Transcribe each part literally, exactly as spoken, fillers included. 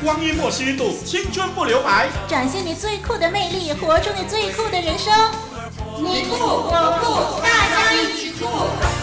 光阴莫虚度，青春不留白， 展现你最酷的魅力，活出你最酷的人生。 你酷我酷，大家一起酷。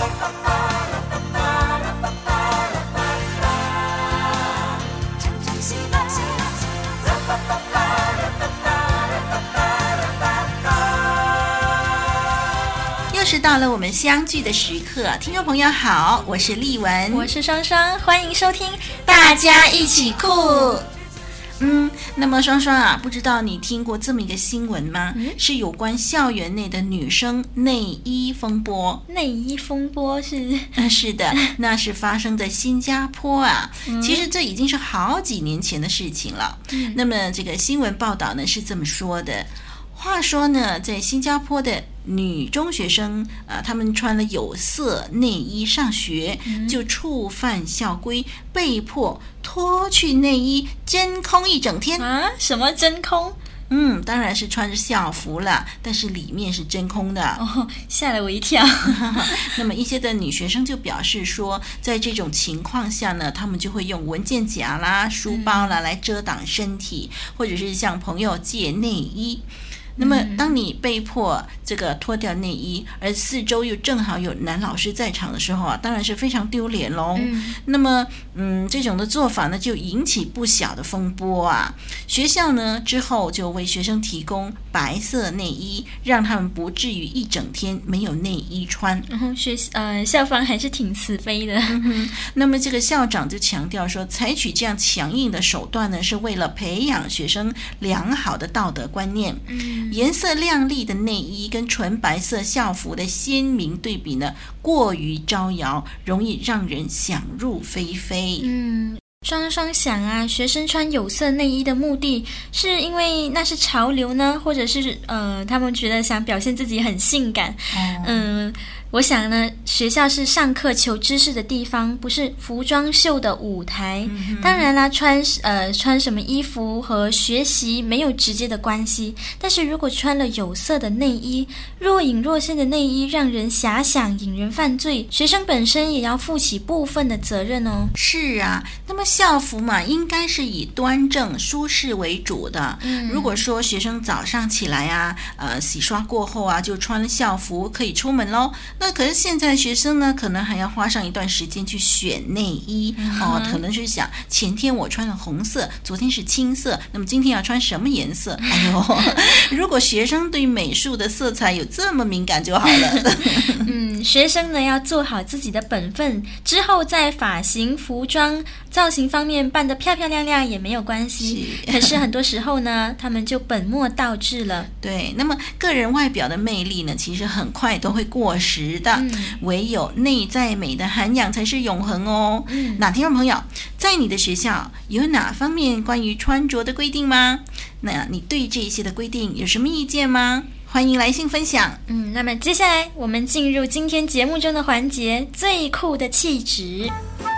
又是到了我们相聚的时刻，听众朋友好，我是丽文， 我是双双，欢迎收听大家一起酷。嗯，那么双双啊，不知道你听过这么一个新闻吗？嗯、是有关校园内的女生内衣风波。 内衣风波是？ 嗯，是的，那是发生在新加坡啊。嗯、其实这已经是好几年前的事情了。嗯、那么这个新闻报道呢是这么说的。话说呢，在新加坡的女中学生，呃，她们穿了有色内衣上学，嗯、就触犯校规，被迫脱去内衣，真空一整天啊？什么真空？ 嗯，当然是穿着校服了，但是里面是真空的。 哦，吓了我一跳。 那么一些的女学生就表示说，在这种情况下呢，她们就会用文件夹啦、书包啦来遮挡身体，嗯、或者是向朋友借内衣。那么当你被迫这个脱掉内衣，而四周又正好有男老师在场的时候啊，当然是非常丢脸咯。嗯、那么嗯，这种的做法呢就引起不小的风波啊。学校呢之后就为学生提供白色内衣，让他们不至于一整天没有内衣穿。 然后学呃校方还是挺慈悲的。 嗯、那么这个校长就强调说，采取这样强硬的手段呢，是为了培养学生良好的道德观念。嗯颜色亮丽的内衣跟纯白色校服的鲜明对比呢，过于招摇，容易让人想入非非。 嗯，双双想啊，学生穿有色内衣的目的是因为那是潮流呢，或者是呃，他们觉得想表现自己很性感。哦、嗯。我想呢，学校是上课求知识的地方，不是服装秀的舞台。嗯、当然啦，穿呃穿什么衣服和学习没有直接的关系。但是如果穿了有色的内衣，若隐若现的内衣让人遐想，引人犯罪，学生本身也要负起部分的责任哦。 是啊，那么校服嘛，应该是以端正舒适为主的。嗯、如果说学生早上起来啊，呃洗刷过后啊，就穿了校服可以出门咯。那可是现在的学生呢，可能还要花上一段时间去选内衣、嗯、哦，可能是想前天我穿了红色，昨天是青色，那么今天要穿什么颜色？哎呦，如果学生对美术的色彩有这么敏感就好了。 嗯，学生呢要做好自己的本分，之后在发型、服装、造型方面扮得漂漂亮亮也没有关系。是可是很多时候呢，他们就本末倒置了。 对，那么个人外表的魅力呢，其实很快都会过时。的嗯、唯有内在美的涵养才是永恒哦。嗯、那听众朋友，在你的学校有哪方面关于穿着的规定吗？那你对这些的规定有什么意见吗？欢迎来信分享。 嗯，那么接下来我们进入今天节目中的环节，最酷的气质。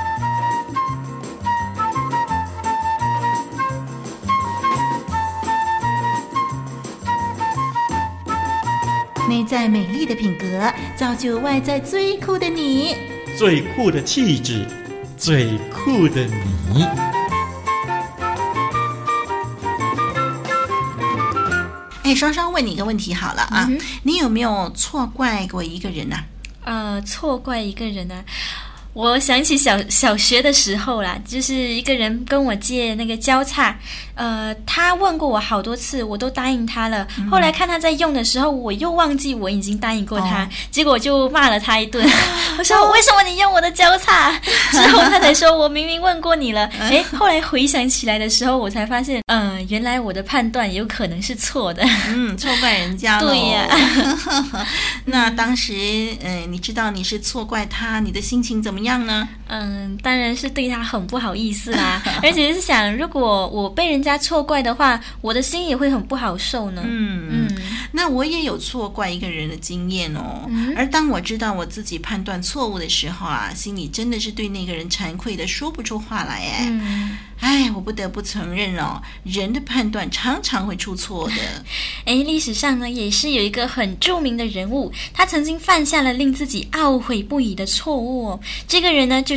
内在美丽的品格，造就外在最酷的你。 最酷的气质，最酷的你。 哎，双双问你一个问题好了啊，嗯、你有没有错怪过一个人啊？ 呃，错怪一个人啊？我想起小小学的时候啦，就是一个人跟我借那个胶擦，呃，他问过我好多次，我都答应他了。嗯、后来看他在用的时候，我又忘记我已经答应过他，哦、结果我就骂了他一顿。我说、哦、为什么你用我的胶擦？之后他才说我明明问过你了。哎，后来回想起来的时候，我才发现，嗯、呃，原来我的判断有可能是错的。 嗯，错怪人家了。 对呀、 啊。那当时，呃，你知道你是错怪他，你的心情怎么样呢？ 嗯，当然是对他很不好意思啦，而且是想，如果我被人家错怪的话，我的心也会很不好受呢。 嗯嗯，那我也有错怪一个人的经验哦。嗯、而当我知道我自己判断错误的时候啊，心里真的是对那个人惭愧的说不出话来哎。嗯哎，我不得不承认哦，人的判断常常会出错的。 哎，历史上呢也是有一个很著名的人物，他曾经犯下了令自己懊悔不已的错误哦。这个人呢就是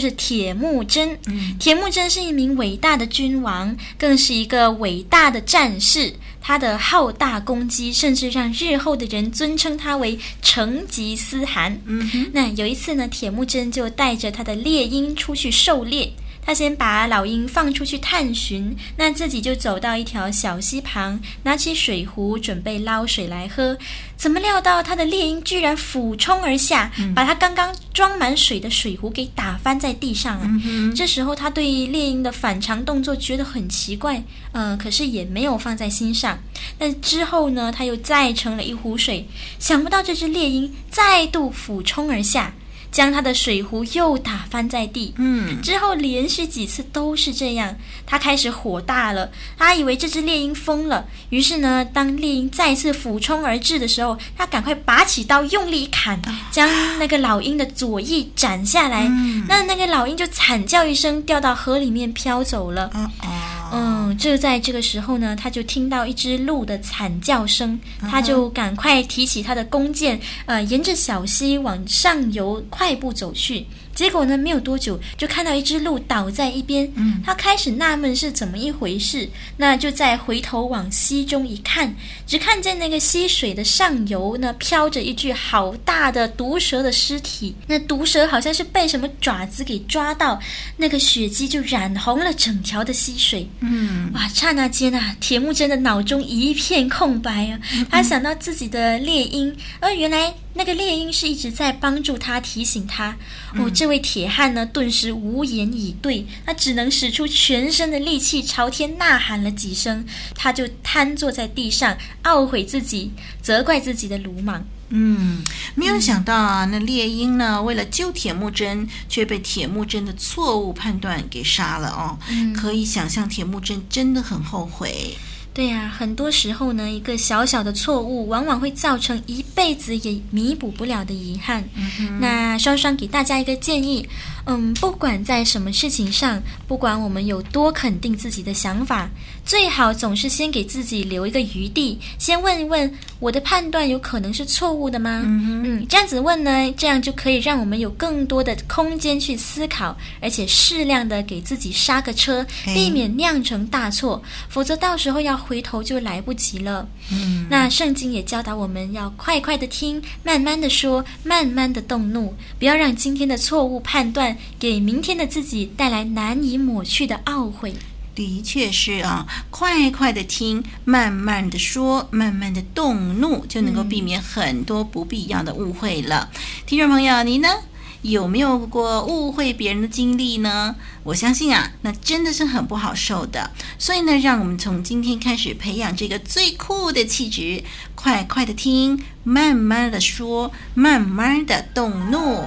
就是铁木真。 嗯， 铁木真是一名伟大的君王，更是一个伟大的战士。他的浩大功绩，甚至让日后的人尊称他为成吉思汗。 嗯哼， 那有一次呢，铁木真就带着他的猎鹰出去狩猎。他先把老鹰放出去探寻，那自己就走到一条小溪旁，拿起水壶准备捞水来喝。怎么料到他的猎鹰居然俯冲而下，嗯、把他刚刚装满水的水壶给打翻在地上啊！ 嗯、 这时候他对猎鹰的反常动作觉得很奇怪，呃，可是也没有放在心上。但之后呢，他又再盛了一壶水，想不到这只猎鹰再度俯冲而下，将他的水壶又打翻在地。 嗯， 之后连续几次都是这样，他开始火大了，他以为这只猎鹰疯了。于是呢，当猎鹰再次俯冲而至的时候，他赶快拔起刀用力砍，将那个老鹰的左翼斩下来。嗯、那那个老鹰就惨叫一声，掉到河里面飘走了。 嗯嗯，就在这个时候呢，他就听到一只鹿的惨叫声，他就赶快提起他的弓箭，呃，沿着小溪往上游快步走去。结果呢，没有多久就看到一只鹿倒在一边，嗯，他开始纳闷是怎么一回事，那就再回头往溪中一看，只看见那个溪水的上游呢飘着一具好大的毒蛇的尸体，那毒蛇好像是被什么爪子给抓到，那个血迹就染红了整条的溪水。 嗯， 哇，刹那间啊，铁木真的脑中一片空白啊，嗯嗯他想到自己的猎鹰，而原来那个猎鹰是一直在帮助他，提醒他。哦，这位铁汉呢，顿时无言以对，他只能使出全身的力气朝天呐喊了几声，他就瘫坐在地上，懊悔自己，责怪自己的鲁莽。 嗯，没有想到啊，那猎鹰呢，为了救铁木真，却被铁木真的错误判断给杀了哦。嗯，可以想象铁木真真的很后悔。 对呀、啊，很多时候呢，一个小小的错误往往会造成一辈子也弥补不了的遗憾。 嗯、 那双双给大家一个建议，嗯，不管在什么事情上，不管我们有多肯定自己的想法，最好总是先给自己留一个余地，先问一问我的判断有可能是错误的吗？ 嗯嗯，这样子问呢，这样就可以让我们有更多的空间去思考，而且适量的给自己刹个车，避免酿成大错，否则到时候要回头就来不及了。 嗯， 那圣经也教导我们要快快的听，慢慢的说，慢慢的动怒，不要让今天的错误判断给明天的自己带来难以抹去的懊悔。 的确是啊，快快的听，慢慢的说，慢慢的动怒，就能够避免很多不必要的误会了。嗯、听众朋友，你呢？有没有过误会别人的经历呢？我相信啊，那真的是很不好受的。所以呢，让我们从今天开始培养这个最酷的气质，快快的听，慢慢的说，慢慢的动怒。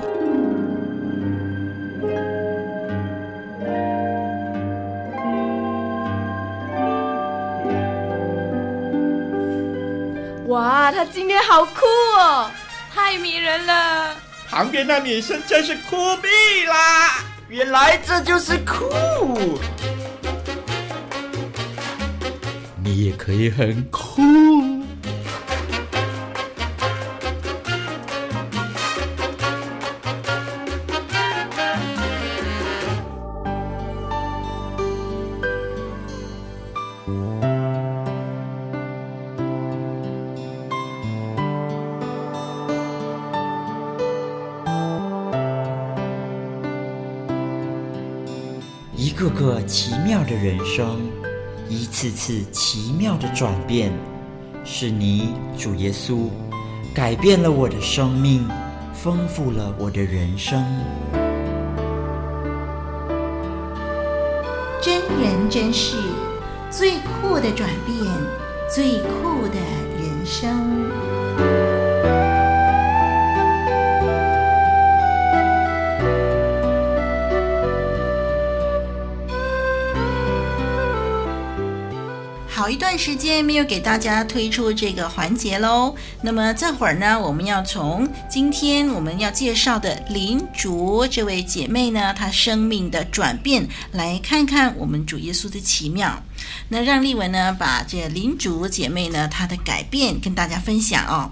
哇，他今天好酷哦，太迷人了。 旁边那女生真是酷毙啦！ 原来这就是酷。 你也可以很酷。 一个个奇妙的人生，一次次奇妙的转变，是你，主耶稣，改变了我的生命，丰富了我的人生。 真人真事，最酷的转变，最酷的人生。好一段时间没有给大家推出这个环节咯，那么这会儿呢，我们要从今天我们要介绍的林竹这位姐妹呢，她生命的转变来看看我们主耶稣的奇妙。那让丽文呢把这林竹姐妹呢她的改变跟大家分享哦。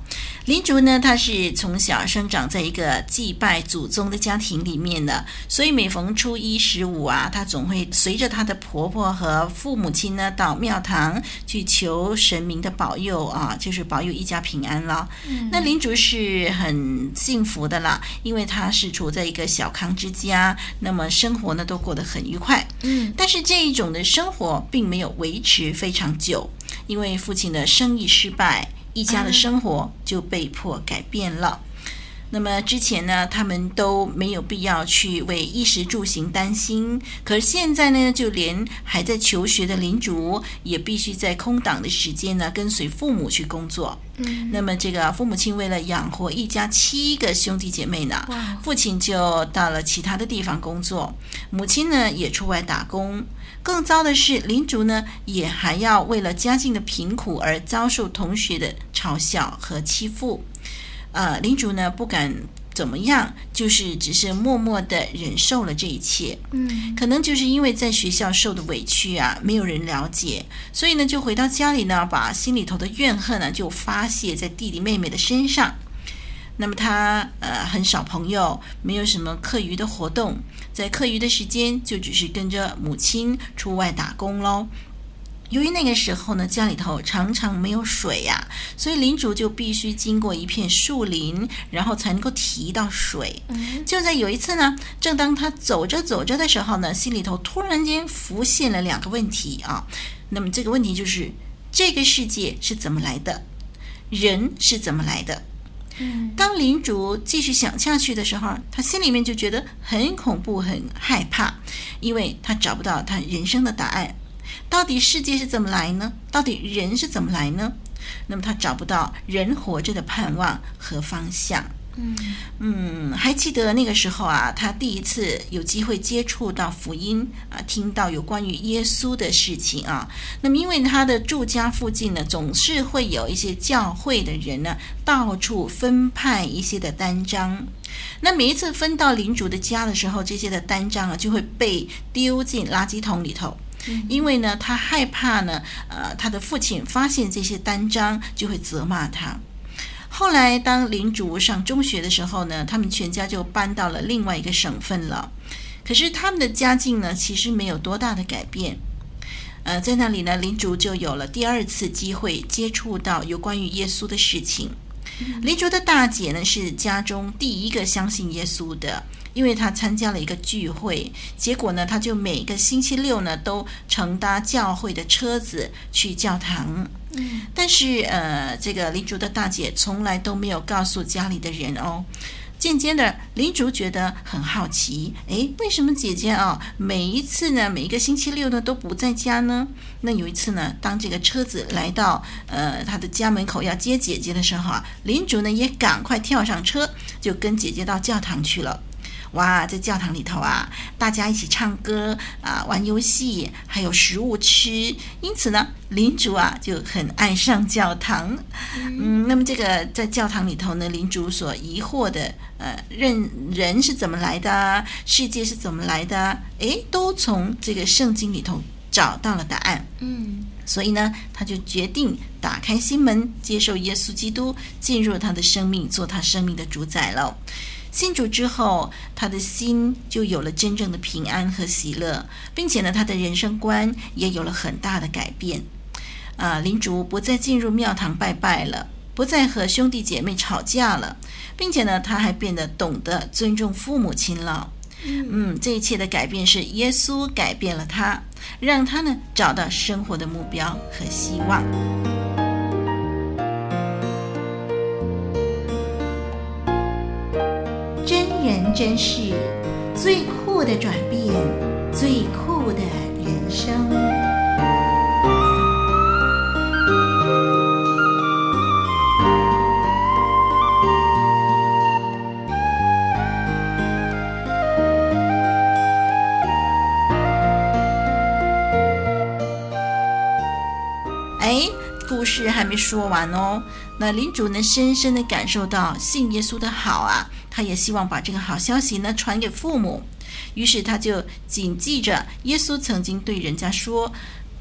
林竹呢，她是从小生长在一个祭拜祖宗的家庭里面的，所以每逢初一十五啊，她总会随着她的婆婆和父母亲呢到庙堂去求神明的保佑啊，就是保佑一家平安了。嗯、那林竹是很幸福的啦，因为她是处在一个小康之家，那么生活呢都过得很愉快。嗯，但是这一种的生活并没有维持非常久，因为父亲的生意失败，一家的生活就被迫改变了。那么之前呢，他们都没有必要去为衣食住行担心，可是现在呢，就连还在求学的林竹也必须在空档的时间呢，跟随父母去工作。嗯，那么这个父母亲为了养活一家七个兄弟姐妹呢，父亲就到了其他的地方工作，母亲呢也出外打工。更糟的是，林竹呢也还要为了家境的贫苦而遭受同学的嘲笑和欺负。呃，林竹呢不敢怎么样，就是只是默默的忍受了这一切。嗯，可能就是因为在学校受的委屈啊，没有人了解，所以呢就回到家里呢，把心里头的怨恨呢就发泄在弟弟妹妹的身上。那么他呃很少朋友，没有什么课余的活动，在课余的时间就只是跟着母亲出外打工咯。由于那个时候呢，家里头常常没有水呀、啊，所以林竹就必须经过一片树林，然后才能够提到水。嗯、就在有一次呢，正当他走着走着的时候呢，心里头突然间浮现了两个问题啊。那么这个问题就是：这个世界是怎么来的？人是怎么来的？当林竹继续想下去的时候，他心里面就觉得很恐怖很害怕，因为他找不到他人生的答案。到底世界是怎么来呢？到底人是怎么来呢？那么他找不到人活着的盼望和方向。嗯嗯，还记得那个时候啊，他第一次有机会接触到福音啊，听到有关于耶稣的事情啊。那么因为他的住家附近呢，总是会有一些教会的人呢，到处分派一些的单张。那每一次分到林竹的家的时候，这些的单张啊，就会被丢进垃圾桶里头。因为呢，他害怕呢，呃，他的父亲发现这些单张就会责骂他。后来，当林竹上中学的时候呢，他们全家就搬到了另外一个省份了。可是他们的家境呢，其实没有多大的改变。呃，在那里呢，林竹就有了第二次机会接触到有关于耶稣的事情。林竹的大姐呢，是家中第一个相信耶稣的。因为他参加了一个聚会，结果呢，他就每个星期六呢都乘搭教会的车子去教堂。嗯，但是呃，这个林竹的大姐从来都没有告诉家里的人哦。渐渐的，林竹觉得很好奇，诶，为什么姐姐啊、哦，每一次呢，每一个星期六呢都不在家呢？那有一次呢，当这个车子来到呃他的家门口要接姐姐的时候啊，林竹呢也赶快跳上车，就跟姐姐到教堂去了。哇，在教堂里头啊，大家一起唱歌啊，玩游戏，还有食物吃。因此呢，林竹啊就很爱上教堂。嗯，那么这个在教堂里头呢，林竹所疑惑的，呃，人人是怎么来的，世界是怎么来的，诶，都从这个圣经里头找到了答案。嗯，所以呢，他就决定打开心门，接受耶稣基督，进入他的生命，做他生命的主宰了。信主之后，他的心就有了真正的平安和喜乐，并且呢，他的人生观也有了很大的改变。啊，林竹不再进入庙堂拜拜了，不再和兄弟姐妹吵架了，并且呢，他还变得懂得尊重父母亲了。嗯，这一切的改变是耶稣改变了他，让他呢找到生活的目标和希望。真人真事，最酷的转变，最酷的人生。哎，故事还没说完哦。那林竹呢，深深的感受到信耶稣的好啊，他也希望把这个好消息呢传给父母。于是他就谨记着耶稣曾经对人家说，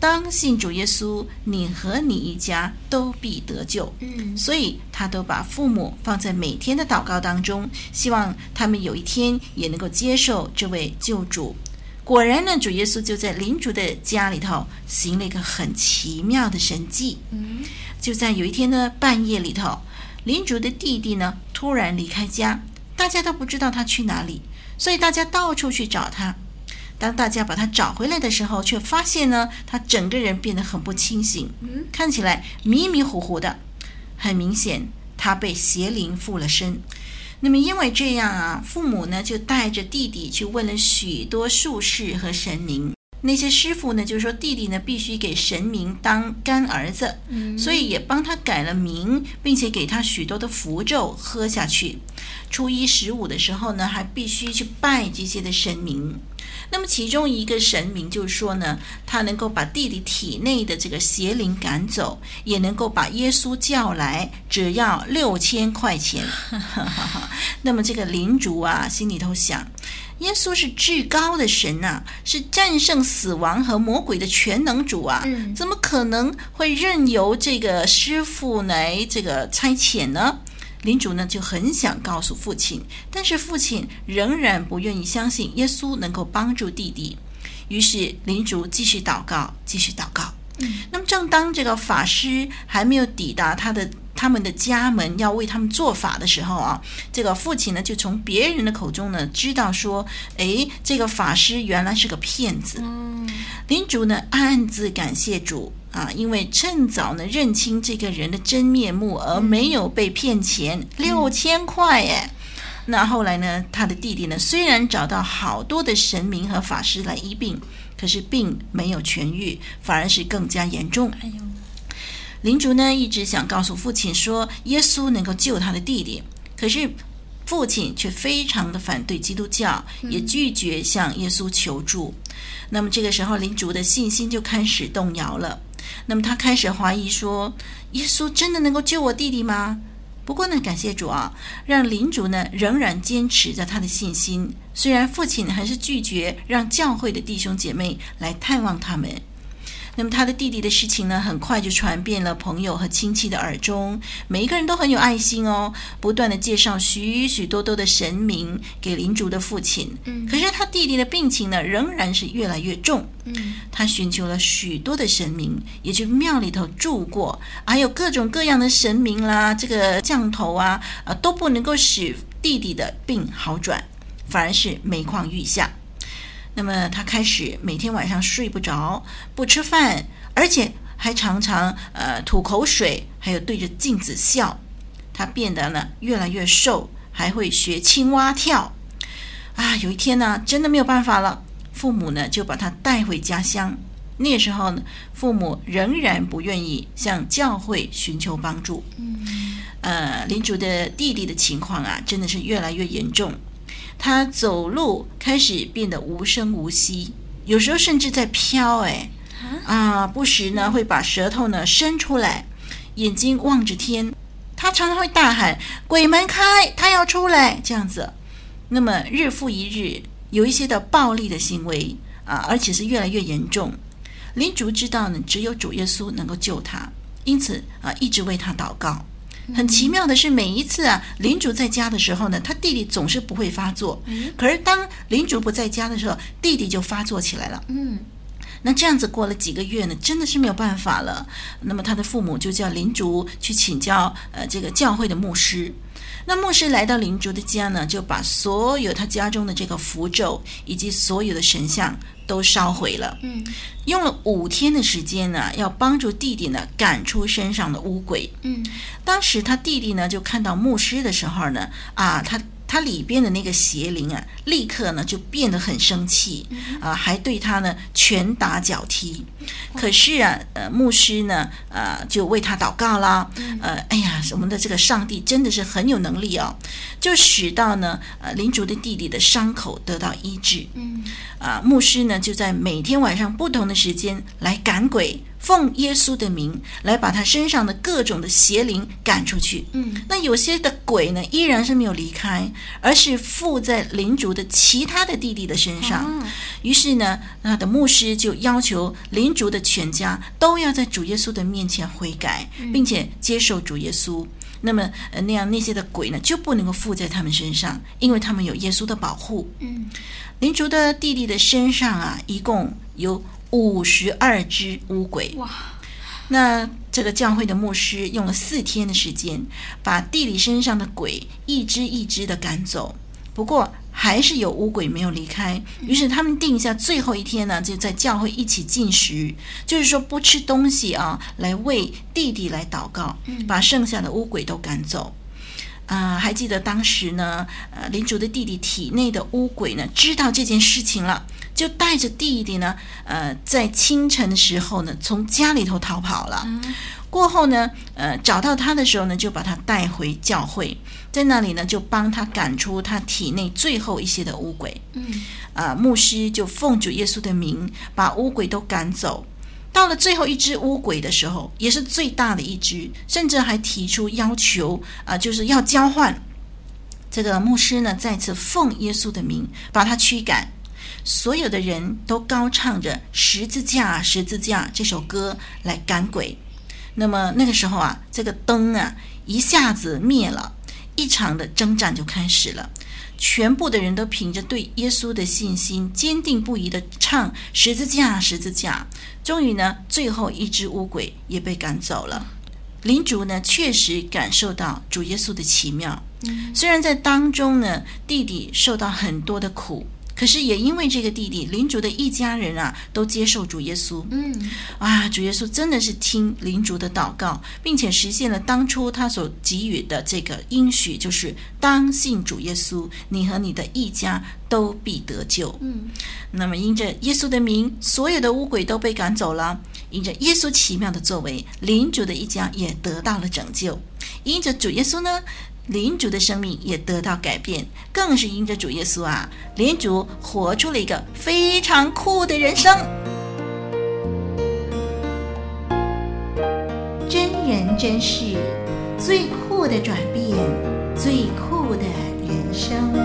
当信主耶稣，你和你一家都必得救。 嗯， 所以他都把父母放在每天的祷告当中，希望他们有一天也能够接受这位救主。果然呢，主耶稣就在领主的家里头行了一个很奇妙的神迹。 嗯， 就在有一天呢，半夜里头，领主的弟弟呢突然离开家，大家都不知道他去哪里，所以大家到处去找他。当大家把他找回来的时候，却发现呢，他整个人变得很不清醒，看起来迷迷糊糊的。很明显，他被邪灵附了身。那么因为这样啊，父母呢就带着弟弟去问了许多术士和神明。那些师傅呢就说弟弟呢必须给神明当干儿子，嗯、所以也帮他改了名，并且给他许多的符咒喝下去。初一十五的时候呢，还必须去拜这些的神明。那么其中一个神明就说呢，他能够把弟弟体内的这个邪灵赶走，也能够把耶稣叫来，只要六千块钱。那么这个领主啊，心里头想，耶稣是至高的神啊，是战胜死亡和魔鬼的全能主啊， 嗯、 怎么可能会任由这个师傅来这个差遣呢？领主呢就很想告诉父亲，但是父亲仍然不愿意相信耶稣能够帮助弟弟。于是领主继续祷告，继续祷告。嗯、那么正当这个法师还没有抵达他的他们的家门，要为他们做法的时候啊，这个父亲呢就从别人的口中呢知道说，诶，这个法师原来是个骗子。嗯、领主呢暗自感谢主啊，因为趁早呢认清这个人的真面目，而没有被骗钱、嗯、六千块耶。那后来呢，他的弟弟呢虽然找到好多的神明和法师来医病，可是病没有痊愈，反而是更加严重。 哎呦， 领主呢一直想告诉父亲说耶稣能够救他的弟弟，可是父亲却非常的反对基督教，也拒绝向耶稣求助。嗯、那么这个时候领主的信心就开始动摇了。那么他开始怀疑说，耶稣真的能够救我弟弟吗？不过呢，感谢主啊，让领主呢仍然坚持着他的信心，虽然父亲还是拒绝让教会的弟兄姐妹来探望他们。那么他的弟弟的事情呢，很快就传遍了朋友和亲戚的耳中，每一个人都很有爱心哦，不断的介绍许许多多的神明给领主的父亲。嗯，可是他弟弟的病情呢，仍然是越来越重。嗯，他寻求了许多的神明，也去庙里头住过，还有各种各样的神明啦，这个降头啊，呃，都不能够使弟弟的病好转，反而是每况愈下。那么他开始每天晚上睡不着，不吃饭，而且还常常呃吐口水，还有对着镜子笑。他变得呢越来越瘦，还会学青蛙跳。啊，有一天呢，真的没有办法了，父母呢就把他带回家乡。那时候呢，父母仍然不愿意向教会寻求帮助。嗯，呃，领主的弟弟的情况啊，真的是越来越严重。他走路开始变得无声无息，有时候甚至在飘，哎，啊，不时呢会把舌头呢伸出来，眼睛望着天。他常常会大喊：“鬼门开，他要出来！”这样子。那么日复一日，有一些的暴力的行为啊，而且是越来越严重。领主知道呢，只有主耶稣能够救他，因此啊，一直为他祷告。很奇妙的是，每一次啊，领主在家的时候呢，他弟弟总是不会发作。可是当领主不在家的时候，弟弟就发作起来了。嗯，那这样子过了几个月呢，真的是没有办法了。那么他的父母就叫领主去请教呃这个教会的牧师。那牧师来到领主的家呢，就把所有他家中的这个符咒以及所有的神像都烧毁了。嗯，用了五天的时间呢，要帮助弟弟呢赶出身上的污鬼。嗯，当时他弟弟呢就看到牧师的时候呢，啊，他他里边的那个邪灵啊，立刻呢就变得很生气，啊，还对他呢拳打脚踢。可是啊，呃，牧师呢，呃，就为他祷告啦。呃，哎呀，我们的这个上帝真的是很有能力哦，就使到呢，呃，领主的弟弟的伤口得到医治。嗯，啊，牧师呢就在每天晚上不同的时间来赶鬼， 奉耶稣的名来把他身上的各种的邪灵赶出去。 嗯， 那有些的鬼呢，依然是没有离开，而是附在领主的其他的弟弟的身上。 哦、 于是呢，他的牧师就要求领主的全家都要在主耶稣的面前悔改，并且接受主耶稣。那么、呃、那样那些的鬼呢，就不能够附在他们身上，因为他们有耶稣的保护。 嗯， 领主的弟弟的身上啊，一共有五十二只乌鬼。 哇！ 那这个教会的牧师用了四天的时间，把弟弟身上的鬼一只一只的赶走。不过还是有乌鬼没有离开，于是他们定下最后一天呢，就在教会一起禁食，就是说不吃东西啊，来为弟弟来祷告，把剩下的乌鬼都赶走。啊、呃，还记得当时呢，呃，领主的弟弟体内的乌鬼呢，知道这件事情了，就带着弟弟呢，呃，在清晨的时候呢，从家里头逃跑了。嗯、过后呢，呃，找到他的时候呢，就把他带回教会，在那里呢，就帮他赶出他体内最后一些的乌鬼。嗯，啊、呃，牧师就奉主耶稣的名，把乌鬼都赶走。到了最后一只乌鬼的时候，也是最大的一只，甚至还提出要求啊、呃，就是要交换。这个牧师呢，再次奉耶稣的名把他驱赶。所有的人都高唱着十字架十字架这首歌来赶鬼。那么那个时候啊，这个灯啊一下子灭了，一场的征战就开始了。全部的人都凭着对耶稣的信心，坚定不移地唱十字架十字架。终于呢，最后一只乌鬼也被赶走了。领主呢，确实感受到主耶稣的奇妙。虽然在当中呢，弟弟受到很多的苦，可是也因为这个弟弟，领主的一家人啊，都接受主耶稣。嗯，啊，主耶稣真的是听领主的祷告，并且实现了当初他所给予的这个应许，就是当信主耶稣，你和你的一家都必得救。嗯，那么因着耶稣的名，所有的污鬼都被赶走了；因着耶稣奇妙的作为，领主的一家也得到了拯救。因着主耶稣呢，领主的生命也得到改变，更是因着主耶稣啊，领主活出了一个非常酷的人生。真人真事，最酷的转变，最酷的人生。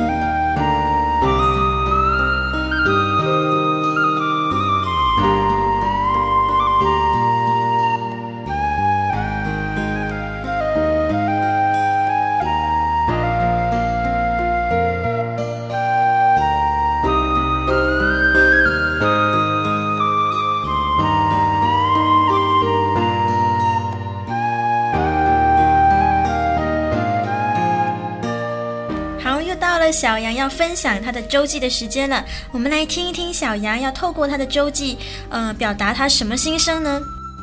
小羊要分享他的周记的时间了，我们来听一听小羊要透过他的周记，呃，表达他什么心声呢？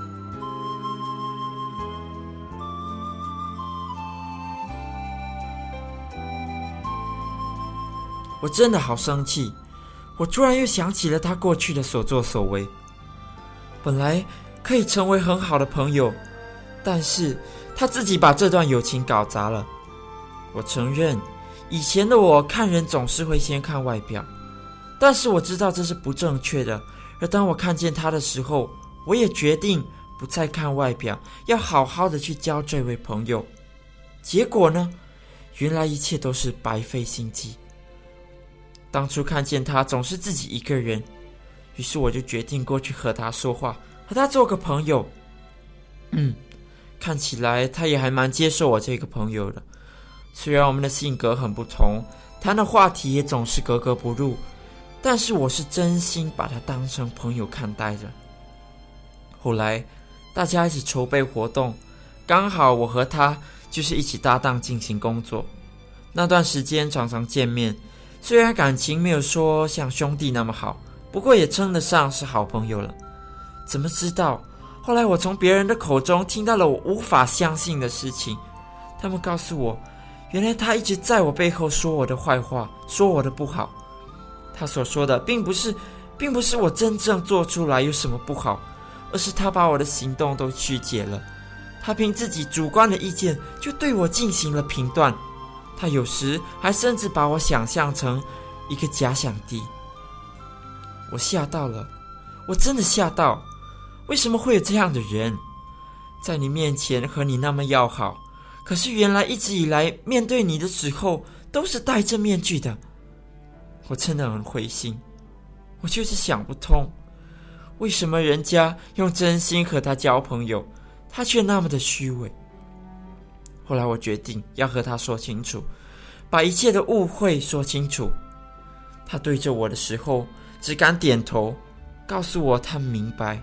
我真的好生气，我突然又想起了他过去的所作所为。本来可以成为很好的朋友，但是他自己把这段友情搞砸了。我承认以前的我看人总是会先看外表，但是我知道这是不正确的，而当我看见他的时候，我也决定不再看外表，要好好的去交这位朋友。结果呢，原来一切都是白费心机。当初看见他总是自己一个人，于是我就决定过去和他说话，和他做个朋友。嗯，看起来他也还蛮接受我这个朋友的。虽然我们的性格很不同，谈的话题也总是格格不入，但是我是真心把他当成朋友看待的。后来大家一起筹备活动，刚好我和他就是一起搭档进行工作。那段时间常常见面，虽然感情没有说像兄弟那么好，不过也称得上是好朋友了。怎么知道后来我从别人的口中听到了我无法相信的事情。他们告诉我，原来他一直在我背后说我的坏话，说我的不好。他所说的并不是并不是我真正做出来有什么不好，而是他把我的行动都曲解了。他凭自己主观的意见就对我进行了评断，他有时还甚至把我想象成一个假想敌。我吓到了，我真的吓到。 为什么会有这样的人，在你面前和你那么要好，可是原来一直以来面对你的时候都是戴着面具的？我真的很灰心，我就是想不通，为什么人家用真心和他交朋友，他却那么的虚伪。后来我决定要和他说清楚，把一切的误会说清楚。他对着我的时候只敢点头，告诉我他明白。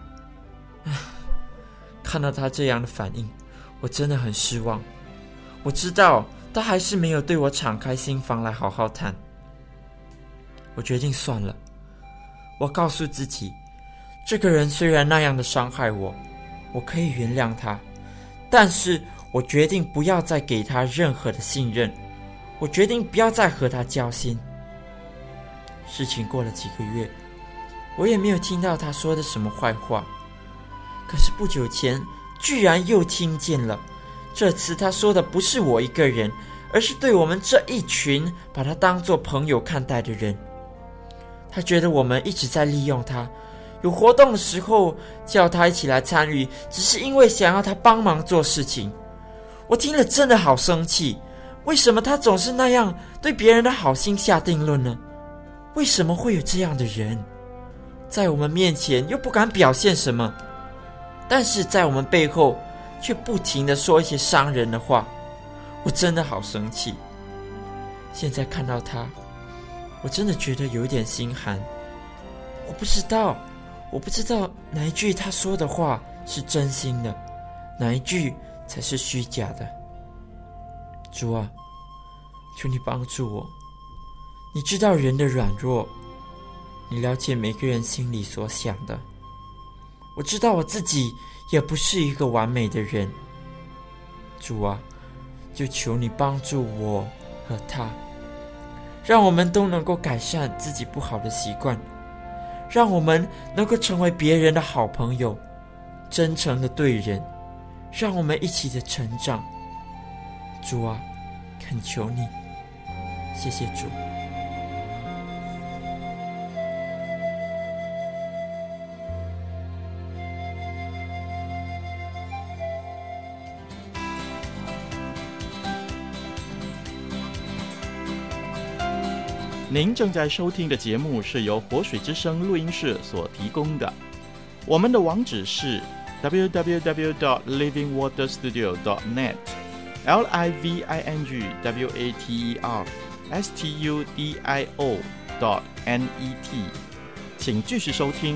看到他这样的反应，我真的很失望。我知道他还是没有对我敞开心房来好好谈。我决定算了，我告诉自己，这个人虽然那样的伤害我，我可以原谅他，但是我决定不要再给他任何的信任，我决定不要再和他交心。事情过了几个月，我也没有听到他说的什么坏话，可是不久前居然又听见了。这次他说的不是我一个人，而是对我们这一群把他当作朋友看待的人。他觉得我们一直在利用他，有活动的时候叫他一起来参与，只是因为想要他帮忙做事情。我听了真的好生气，为什么他总是那样对别人的好心下定论呢？为什么会有这样的人，在我们面前又不敢表现什么，但是在我们背后却不停地说一些伤人的话？我真的好生气。现在看到他，我真的觉得有一点心寒。我不知道我不知道哪一句他说的话是真心的，哪一句才是虚假的。主啊，求你帮助我。你知道人的软弱，你了解每个人心里所想的。我知道我自己也不是一个完美的人。主啊，就求你帮助我和他，让我们都能够改善自己不好的习惯，让我们能够成为别人的好朋友，真诚的对人，让我们一起的成长。主啊，恳求你，谢谢主。 您正在收听的节目是由活水之声录音室所提供的。我们的网址是 double-u double-u double-u dot living water studio dot net L I V I N G W A T E R S T U D I O dot N E T， 请继续收听。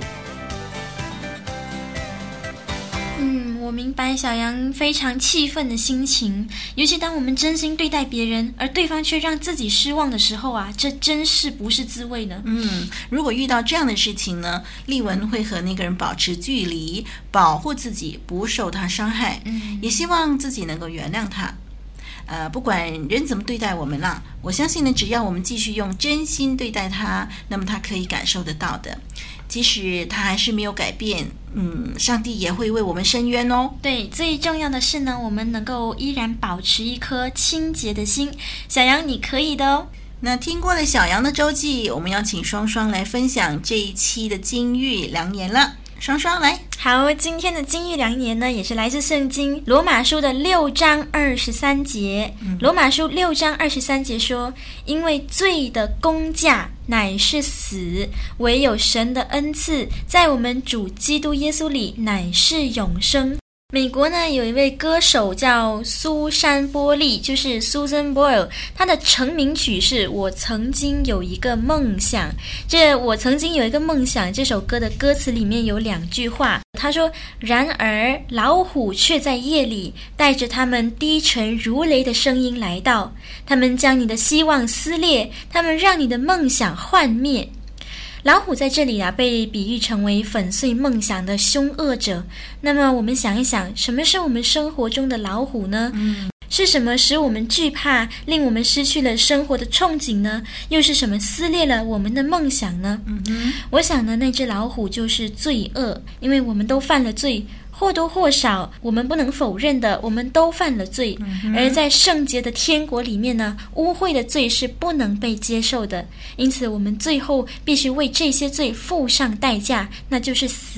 嗯，我明白小杨非常气愤的心情，尤其当我们真心对待别人，而对方却让自己失望的时候啊，这真是不是滋味呢？ 嗯，如果遇到这样的事情呢，丽文会和那个人保持距离，保护自己不受他伤害，嗯，也希望自己能够原谅他。呃，不管人怎么对待我们啦，我相信呢，只要我们继续用真心对待他，那么他可以感受得到的。即使他还是没有改变，嗯，上帝也会为我们伸冤哦。 对，最重要的是呢，我们能够依然保持一颗清洁的心。小杨，你可以的哦。 那听过了小杨的周记，我们要请双双来分享这一期的金玉良言了。双双来。 好，今天的金玉良言呢，也是来自圣经罗马书的六章二十三节。嗯、罗马书六章二十三节说，因为罪的工价乃是死，唯有神的恩赐在我们主基督耶稣里乃是永生。美国呢有一位歌手叫苏珊·波利，就是 Susan Boyle， 她的成名曲是我曾经有一个梦想。这我曾经有一个梦想这首歌的歌词里面有两句话，他说，然而老虎却在夜里带着他们低沉如雷的声音来到，他们将你的希望撕裂，他们让你的梦想幻灭。老虎在这里啊，被比喻成为粉碎梦想的凶恶者。那么我们想一想，什么是我们生活中的老虎呢？嗯，是什么使我们惧怕，令我们失去了生活的憧憬呢？又是什么撕裂了我们的梦想呢？嗯哼，我想呢，那只老虎就是罪恶，因为我们都犯了罪。或多或少，我们不能否认的，我们都犯了罪。嗯、而在圣洁的天国里面呢，污秽的罪是不能被接受的。因此，我们最后必须为这些罪付上代价，那就是死。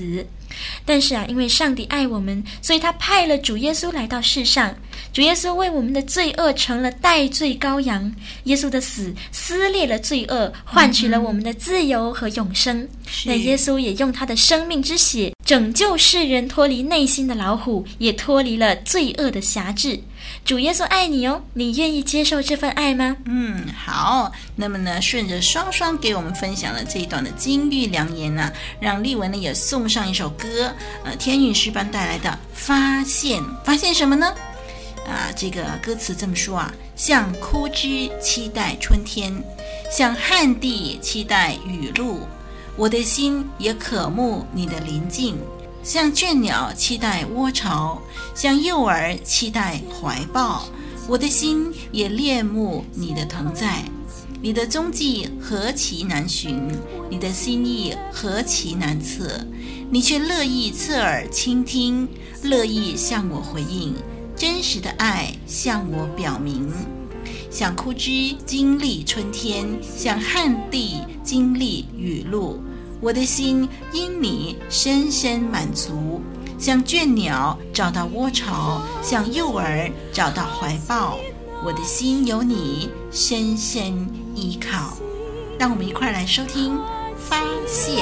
但是啊，因为上帝爱我们，所以他派了主耶稣来到世上。主耶稣为我们的罪恶成了代罪羔羊，耶稣的死撕裂了罪恶，换取了我们的自由和永生。那耶稣也用他的生命之血拯救世人，脱离内心的老虎，也脱离了罪恶的辖制。主耶稣爱你哦，你愿意接受这份爱吗？ 嗯，好。那么呢，顺着双双给我们分享了这一段的金玉良言呢、啊，让丽文呢也送上一首歌，呃，天韵诗班带来的《发现》。发现什么呢？啊，这个歌词这么说啊：像枯枝期待春天，像旱地期待雨露，我的心也渴慕你的临近。像倦鸟期待窝巢，像幼儿期待怀抱，我的心也恋慕你的同在。你的踪迹何其难寻，你的心意何其难测，你却乐意侧耳倾听，乐意向我回应，真实的爱向我表明。像枯枝经历春天，像旱地经历雨露，我的心因你深深满足。像倦鸟找到窝巢，像幼儿找到怀抱，我的心有你深深依靠。让我们一块来收听《发现》。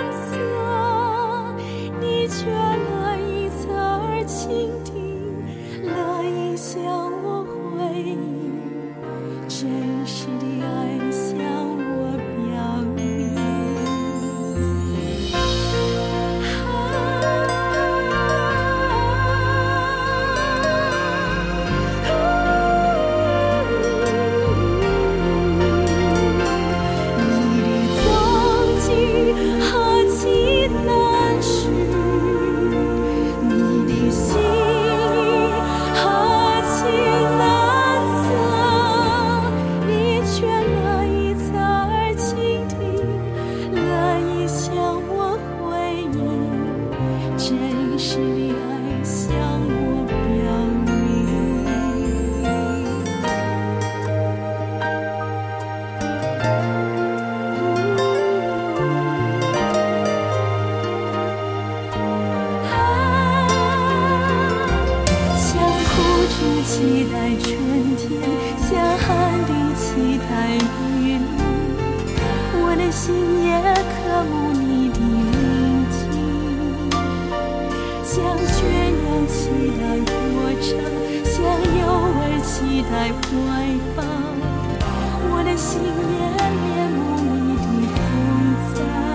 你却乐意侧耳倾听，乐意向我回应，真实的爱向我表明。期待春天，像旱地期待雨露，我的心也渴慕你的宁静。像倦鸟期待窝巢，像幼儿期待怀抱，我的心也恋慕你的同在。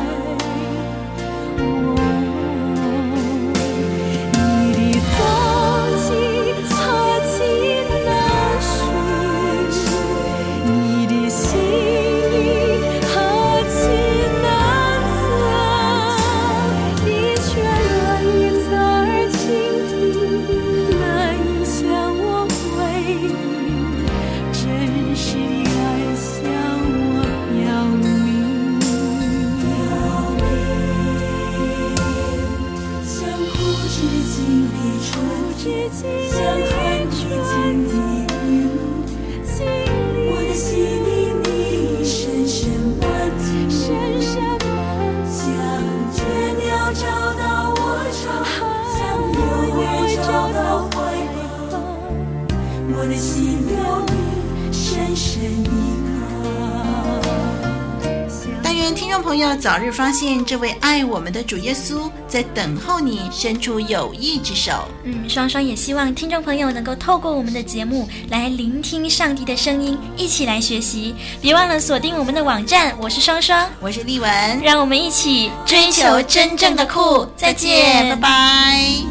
朋友早日发现这位爱我们的主耶稣在等候你，伸出友谊之手。 嗯，双双也希望听众朋友能够透过我们的节目来聆听上帝的声音，一起来学习。别忘了锁定我们的网站，我是双双， 我是丽文， 让我们一起追求真正的酷。再见，拜拜。